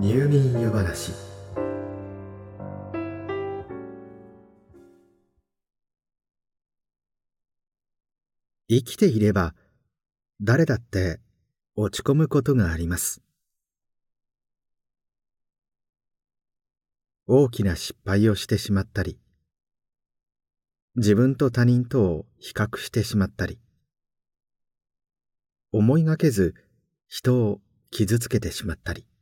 入眠湯話。生きていれば誰だって落ち込むことがあります。大きな失敗をしてしまったり、自分と他人とを比較してしまったり、思いがけず人を傷つけてしまったり、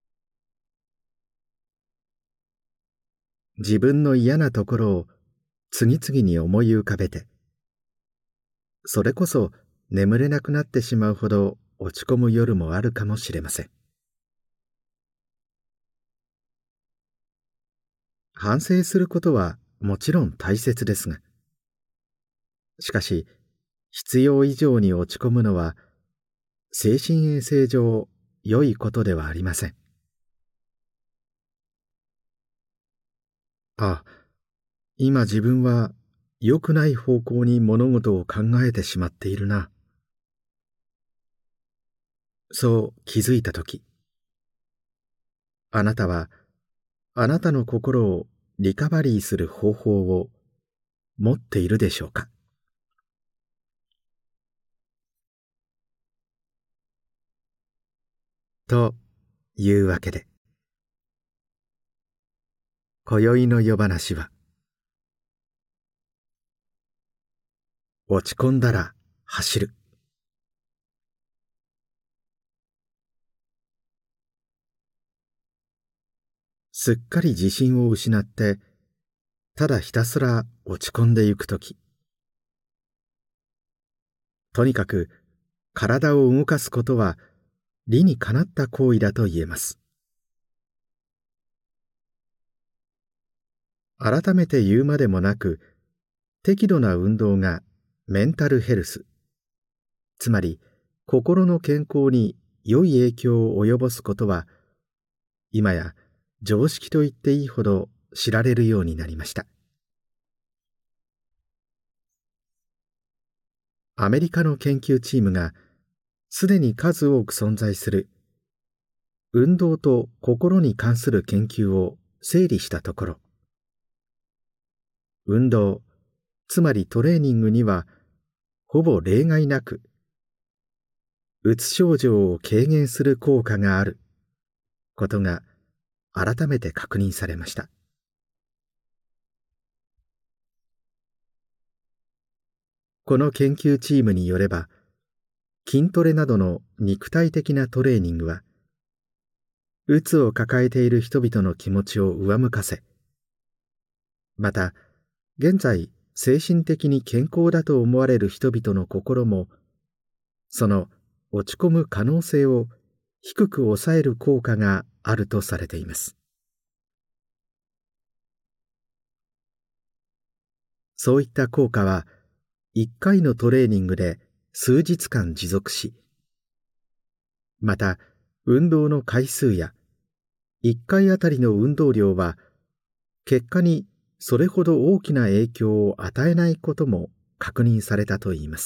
自分の嫌なところを次々に思い浮かべて、それこそ眠れなくなってしまうほど落ち込む夜もあるかもしれません。反省することはもちろん大切ですが、しかし必要以上に落ち込むのは精神衛生上良いことではありません。あ、今自分は良くない方向に物事を考えてしまっているな。そう気づいたとき、あなたはあなたの心をリカバリーする方法を持っているでしょうか。というわけで、今宵の夜話は、落ち込んだら走る。すっかり自信を失ってただひたすら落ち込んでゆくとき、とにかく体を動かすことは理にかなった行為だと言えます。改めて言うまでもなく、適度な運動がメンタルヘルス、つまり心の健康に良い影響を及ぼすことは、今や常識と言っていいほど知られるようになりました。アメリカの研究チームがすでに数多く存在する運動と心に関する研究を整理したところ、運動、つまりトレーニングにはほぼ例外なくうつ症状を軽減する効果があることが改めて確認されました。この研究チームによれば、筋トレなどの肉体的なトレーニングはうつを抱えている人々の気持ちを上向かせ、また現在精神的に健康だと思われる人々の心もその落ち込む可能性を低く抑える効果があるとされています。そういった効果は1回のトレーニングで数日間持続し、また運動の回数や1回あたりの運動量は結果にそれほど大きな影響を与えないことも確認されたといいます。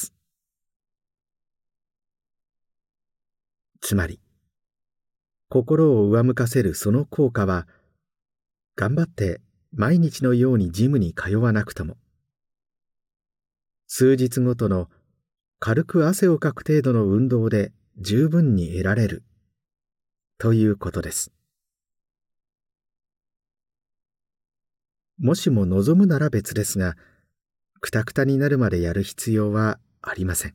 つまり心を上向かせるその効果は、頑張って毎日のようにジムに通わなくとも、数日ごとの軽く汗をかく程度の運動で十分に得られるということです。もしも望むなら別ですが、くたくたになるまでやる必要はありません。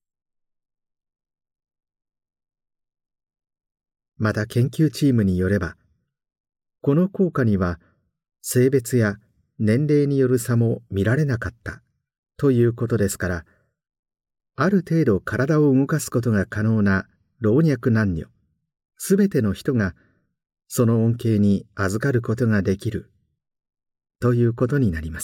また研究チームによれば、この効果には性別や年齢による差も見られなかったということですから、ある程度体を動かすことが可能な老若男女、すべての人がその恩恵に預かることができるということになります。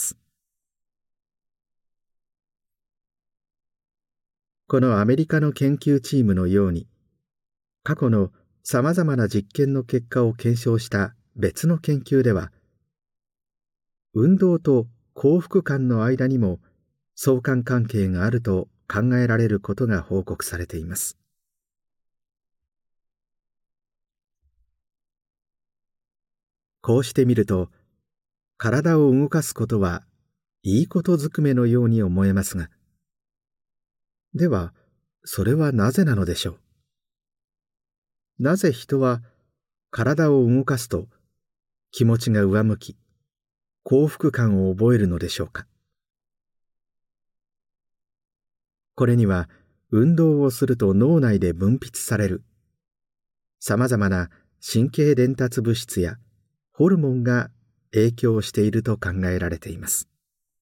このアメリカの研究チームのように、過去のさまざまな実験の結果を検証した別の研究では、運動と幸福感の間にも相関関係があると考えられることが報告されています。 こうしてみると、体を動かすことはいいことずくめのように思えますが、では、それはなぜなのでしょう。なぜ人は体を動かすと気持ちが上向き、幸福感を覚えるのでしょうか。これには運動をすると脳内で分泌されるさまざまな神経伝達物質やホルモンが影響していると考えられています。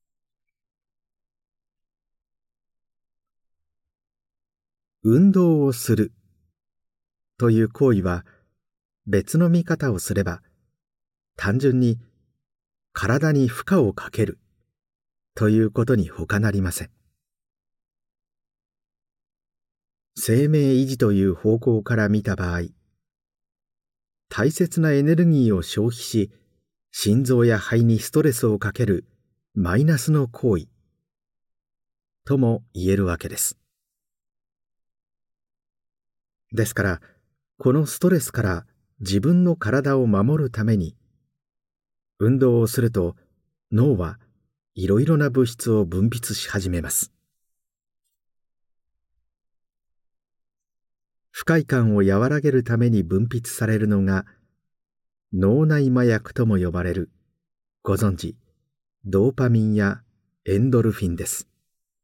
運動をするという行為は別の見方をすれば単純に体に負荷をかけるということに他なりません。生命維持という方向から見た場合、大切なエネルギーを消費し、心臓や肺にストレスをかけるマイナスの行為とも言えるわけです。ですから、このストレスから自分の体を守るために、運動をすると脳はいろいろな物質を分泌し始めます。不快感を和らげるために分泌されるのが脳内麻薬とも呼ばれる、ご存知、ドーパミンやエンドルフィンです。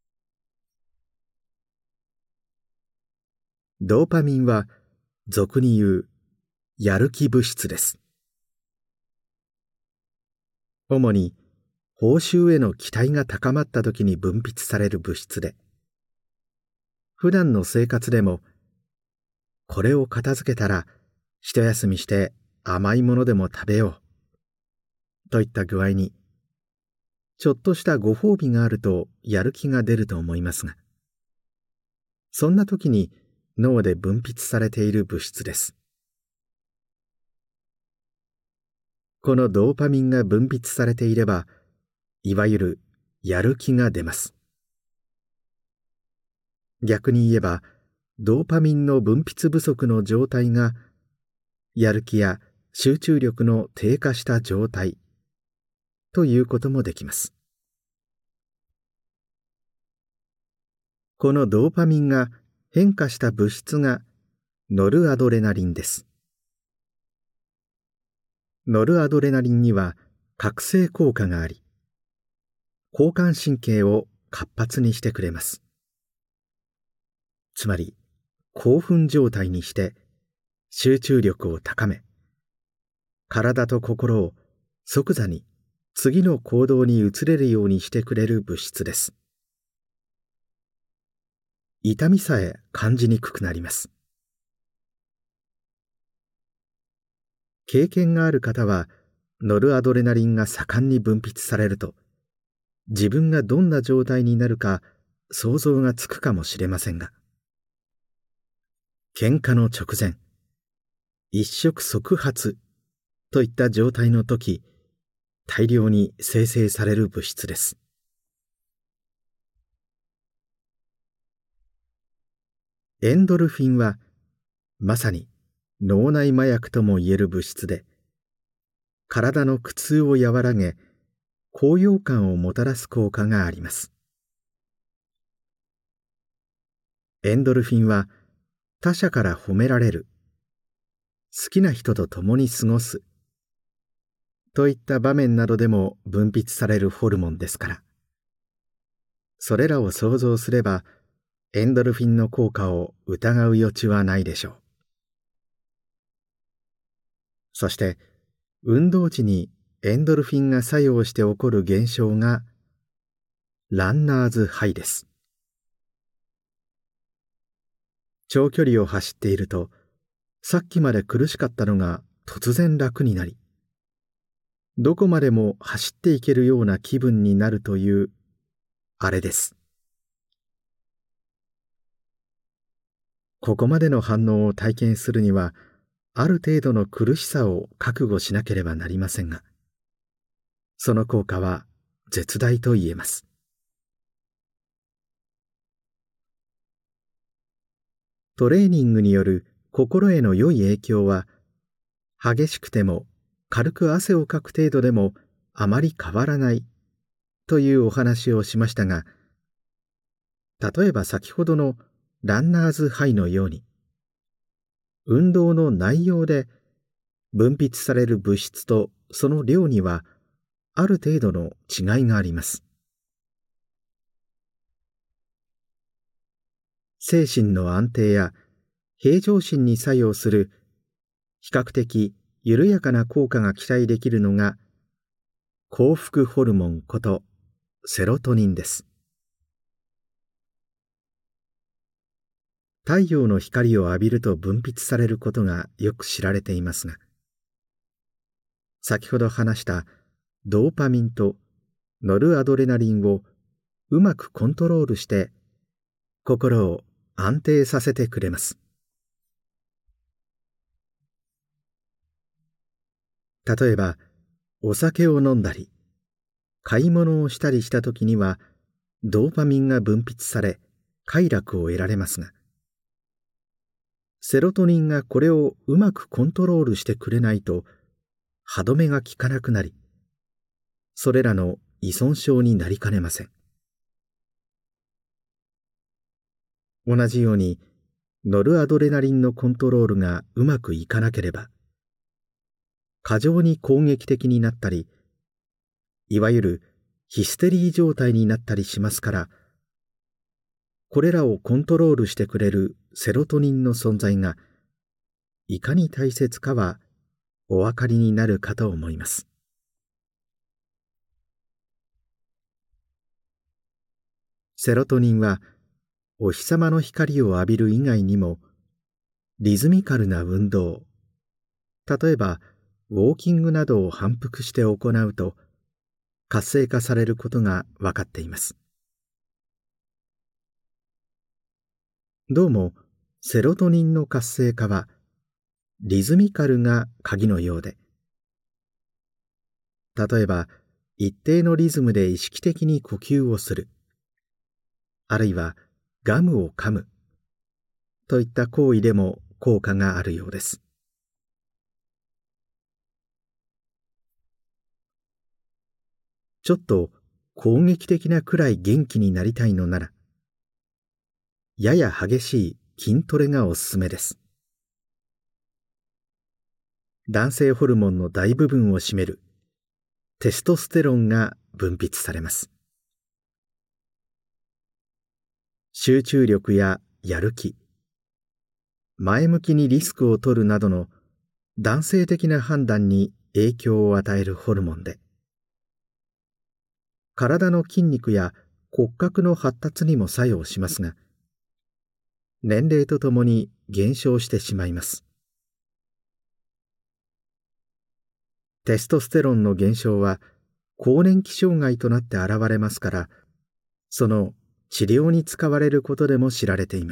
ドーパミンは俗に言うやる気物質です。主に報酬への期待が高まった時に分泌される物質で、普段の生活でもこれを片付けたら一休みして甘いものでも食べようといった具合に、ちょっとしたご褒美があるとやる気が出ると思いますが、そんな時に脳で分泌されている物質です。このドーパミンが分泌されていれば、いわゆるやる気が出ます。逆に言えば、ドーパミンの分泌不足の状態が、やる気や集中力の低下した状態ということもできます。このドーパミンが変化した物質がノルアドレナリンです。ノルアドレナリンには覚醒効果があり、交感神経を活発にしてくれます。つまり、興奮状態にして集中力を高め、体と心を即座に次の行動に移れるようにしてくれる物質です。痛みさえ感じにくくなります。経験がある方は、ノルアドレナリンが盛んに分泌されると、自分がどんな状態になるか想像がつくかもしれませんが、喧嘩の直前、一触即発といった状態の時、大量に生成される物質です。エンドルフィンはまさに脳内麻薬とも言える物質で、体の苦痛を和らげ、高揚感をもたらす効果があります。エンドルフィンは他者から褒められる、好きな人と共に過ごすといった場面などでも分泌されるホルモンですから、それらを想像すればエンドルフィンの効果を疑う余地はないでしょう。そして運動時にエンドルフィンが作用して起こる現象がランナーズハイです。長距離を走っていると、さっきまで苦しかったのが突然楽になり、どこまでも走っていけるような気分になるというあれです。ここまでの反応を体験するには、ある程度の苦しさを覚悟しなければなりませんが、その効果は絶大と言えます。トレーニングによる心への良い影響は、激しくても軽く汗をかく程度でもあまり変わらないというお話をしましたが、例えば先ほどのランナーズハイのように、運動の内容で分泌される物質とその量にはある程度の違いがあります。精神の安定や平常心に作用する比較的緩やかな効果が期待できるのが幸福ホルモンことセロトニンです。太陽の光を浴びると分泌されることがよく知られていますが、先ほど話したドーパミンとノルアドレナリンをうまくコントロールして心を安定させてくれます。例えばお酒を飲んだり買い物をしたりした時にはドーパミンが分泌され快楽を得られますが、セロトニンがこれをうまくコントロールしてくれないと歯止めが効かなくなり、それらの依存症になりかねません。同じようにノルアドレナリンのコントロールがうまくいかなければ、過剰に攻撃的になったり、いわゆるヒステリー状態になったりしますから、これらをコントロールしてくれるセロトニンの存在がいかに大切かはお分かりになるかと思います。セロトニンはお日様の光を浴びる以外にもリズミカルな運動、例えばウォーキングなどを反復して行うと活性化されることが分かっています。どうもセロトニンの活性化はリズミカルが鍵のようで、例えば一定のリズムで意識的に呼吸をする、あるいはガムを噛むといった行為でも効果があるようです。ちょっと攻撃的なくらい元気になりたいのなら、やや激しい筋トレがおすすめです。男性ホルモンの大部分を占めるテストステロンが分泌されます。集中力ややる気、前向きにリスクを取るなどの男性的な判断に影響を与えるホルモンで、体の筋肉や骨格の発達にも作用しますが、年齢とともに減少してしまいます。テストステロンの減少は更年期障害となって現れますから、その治療に使われることでも知られています。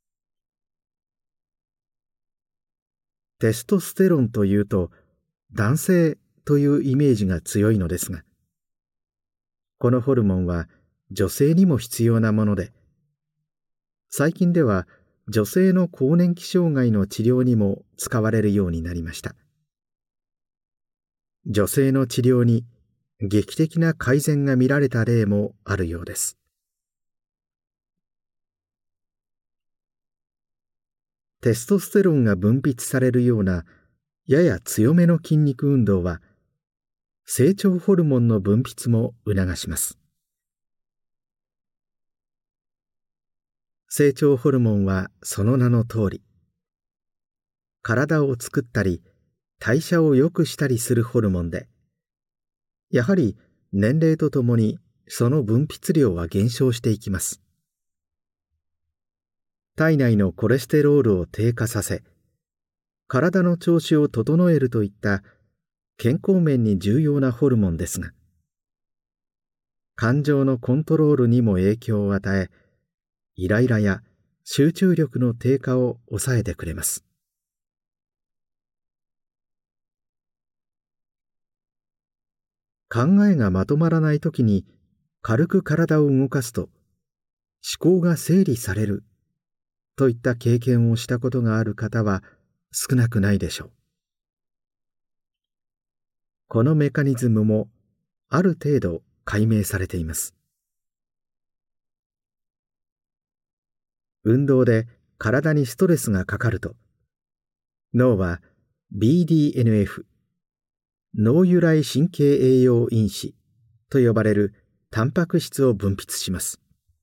テストステロンというと男性というイメージが強いのですが、このホルモンは女性にも必要なもので、最近では女性の更年期障害の治療にも使われるようになりました。女性の治療に劇的な改善が見られた例もあるようです。テストステロンが分泌されるようなやや強めの筋肉運動は成長ホルモンの分泌も促します。成長ホルモンはその名の通り、体を作ったり代謝を良くしたりするホルモンで、やはり年齢とともにその分泌量は減少していきます。体内のコレステロールを低下させ、体の調子を整えるといった健康面に重要なホルモンですが、感情のコントロールにも影響を与え、イライラや集中力の低下を抑えてくれます。考えがまとまらないときに軽く体を動かすと思考が整理されるといった経験をしたことがある方は少なくないでしょう。 このメカニズムもある程度解明されています。運動で体にストレスがかかると、脳は BDNF、脳由来神経栄養因子と呼ばれるタンパク質を分泌します。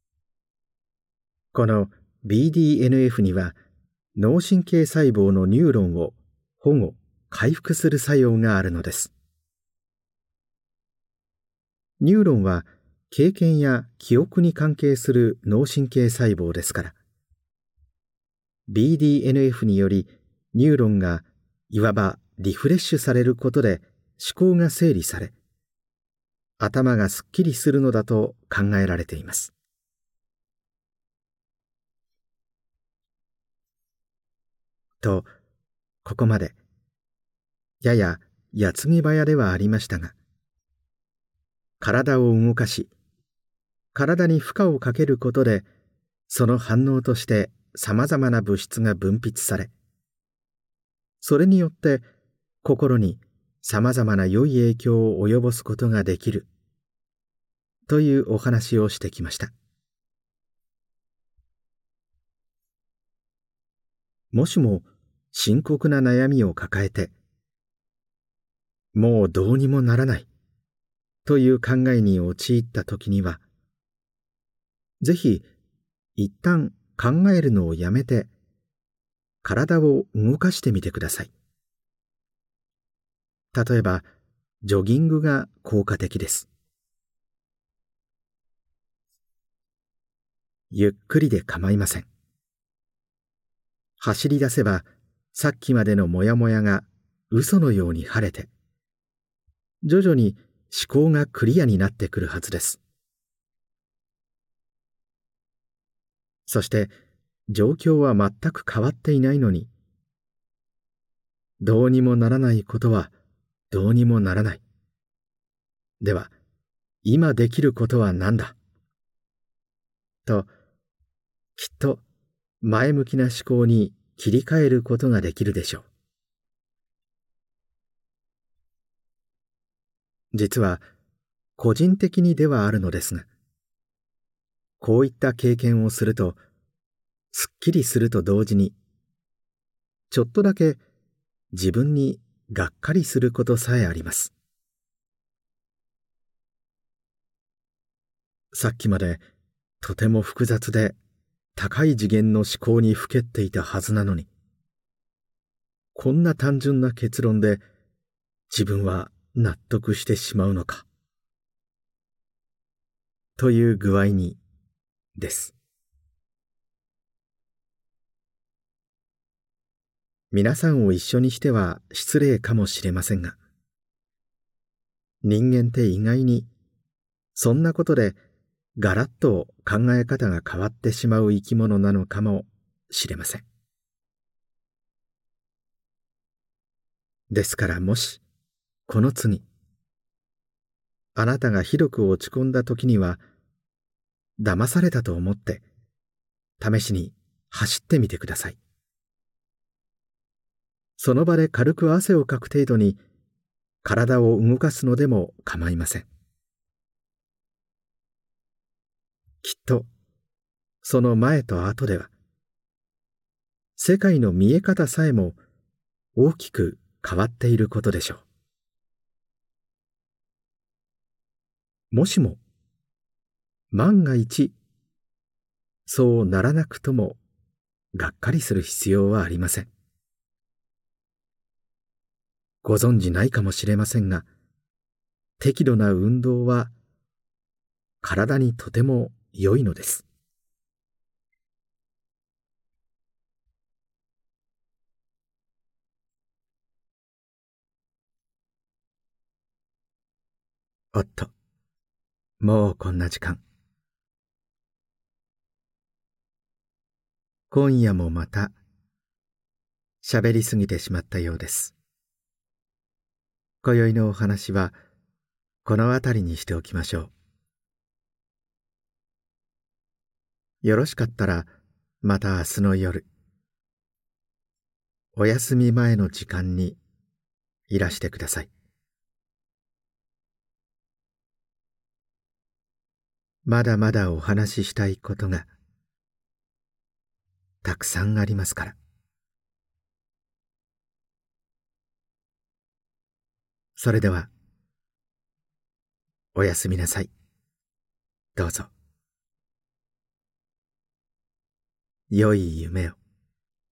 この BDNF には脳神経細胞のニューロンを保護・回復する作用があるのです。ニューロンは経験や記憶に関係する脳神経細胞ですから、BDNF によりニューロンがいわばリフレッシュされることで思考が整理され、頭がすっきりするのだと考えられています。と、ここまでやや矢継ぎ早ではありましたが、体を動かし、体に負荷をかけることで、その反応としてさまざまな物質が分泌され、それによって心にさまざまな良い影響を及ぼすことができるというお話をしてきました。もしも深刻な悩みを抱えて、もうどうにもならないという考えに陥った時には、ぜひ一旦考えるのをやめて、体を動かしてみてください。例えば、ジョギングが効果的です。ゆっくりで構いません。走り出せば、さっきまでのモヤモヤが嘘のように晴れて、徐々に思考がクリアになってくるはずです。そして、状況は全く変わっていないのに、どうにもならないことはどうにもならない。では、今できることは何だと、きっと前向きな思考に切り替えることができるでしょう。実は個人的にではあるのですが、こういった経験をすると、すっきりすると同時に、ちょっとだけ自分にがっかりすることさえあります。さっきまでとても複雑で高い次元の思考にふけっていたはずなのに、こんな単純な結論で自分は納得してしまうのか、という具合にです。皆さんを一緒にしては失礼かもしれませんが、人間って意外にそんなことでガラッと考え方が変わってしまう生き物なのかもしれません。ですからもしこの次あなたがひどく落ち込んだ時には、騙されたと思って試しに走ってみてください。その場で軽く汗をかく程度に体を動かすのでも構いません。きっとその前と後では世界の見え方さえも大きく変わっていることでしょう。もしも万が一そうならなくともがっかりする必要はありません。ご存じないかもしれませんが、適度な運動は体にとても良いのです。おっと、もうこんな時間。今夜もまた喋りすぎてしまったようです。今宵のお話はこの辺りにしておきましょう。よろしかったらまた明日の夜、お休み前の時間にいらしてください。 まだまだお話ししたいことがたくさんありますから。それではおやすみなさい。どうぞ。良い夢を。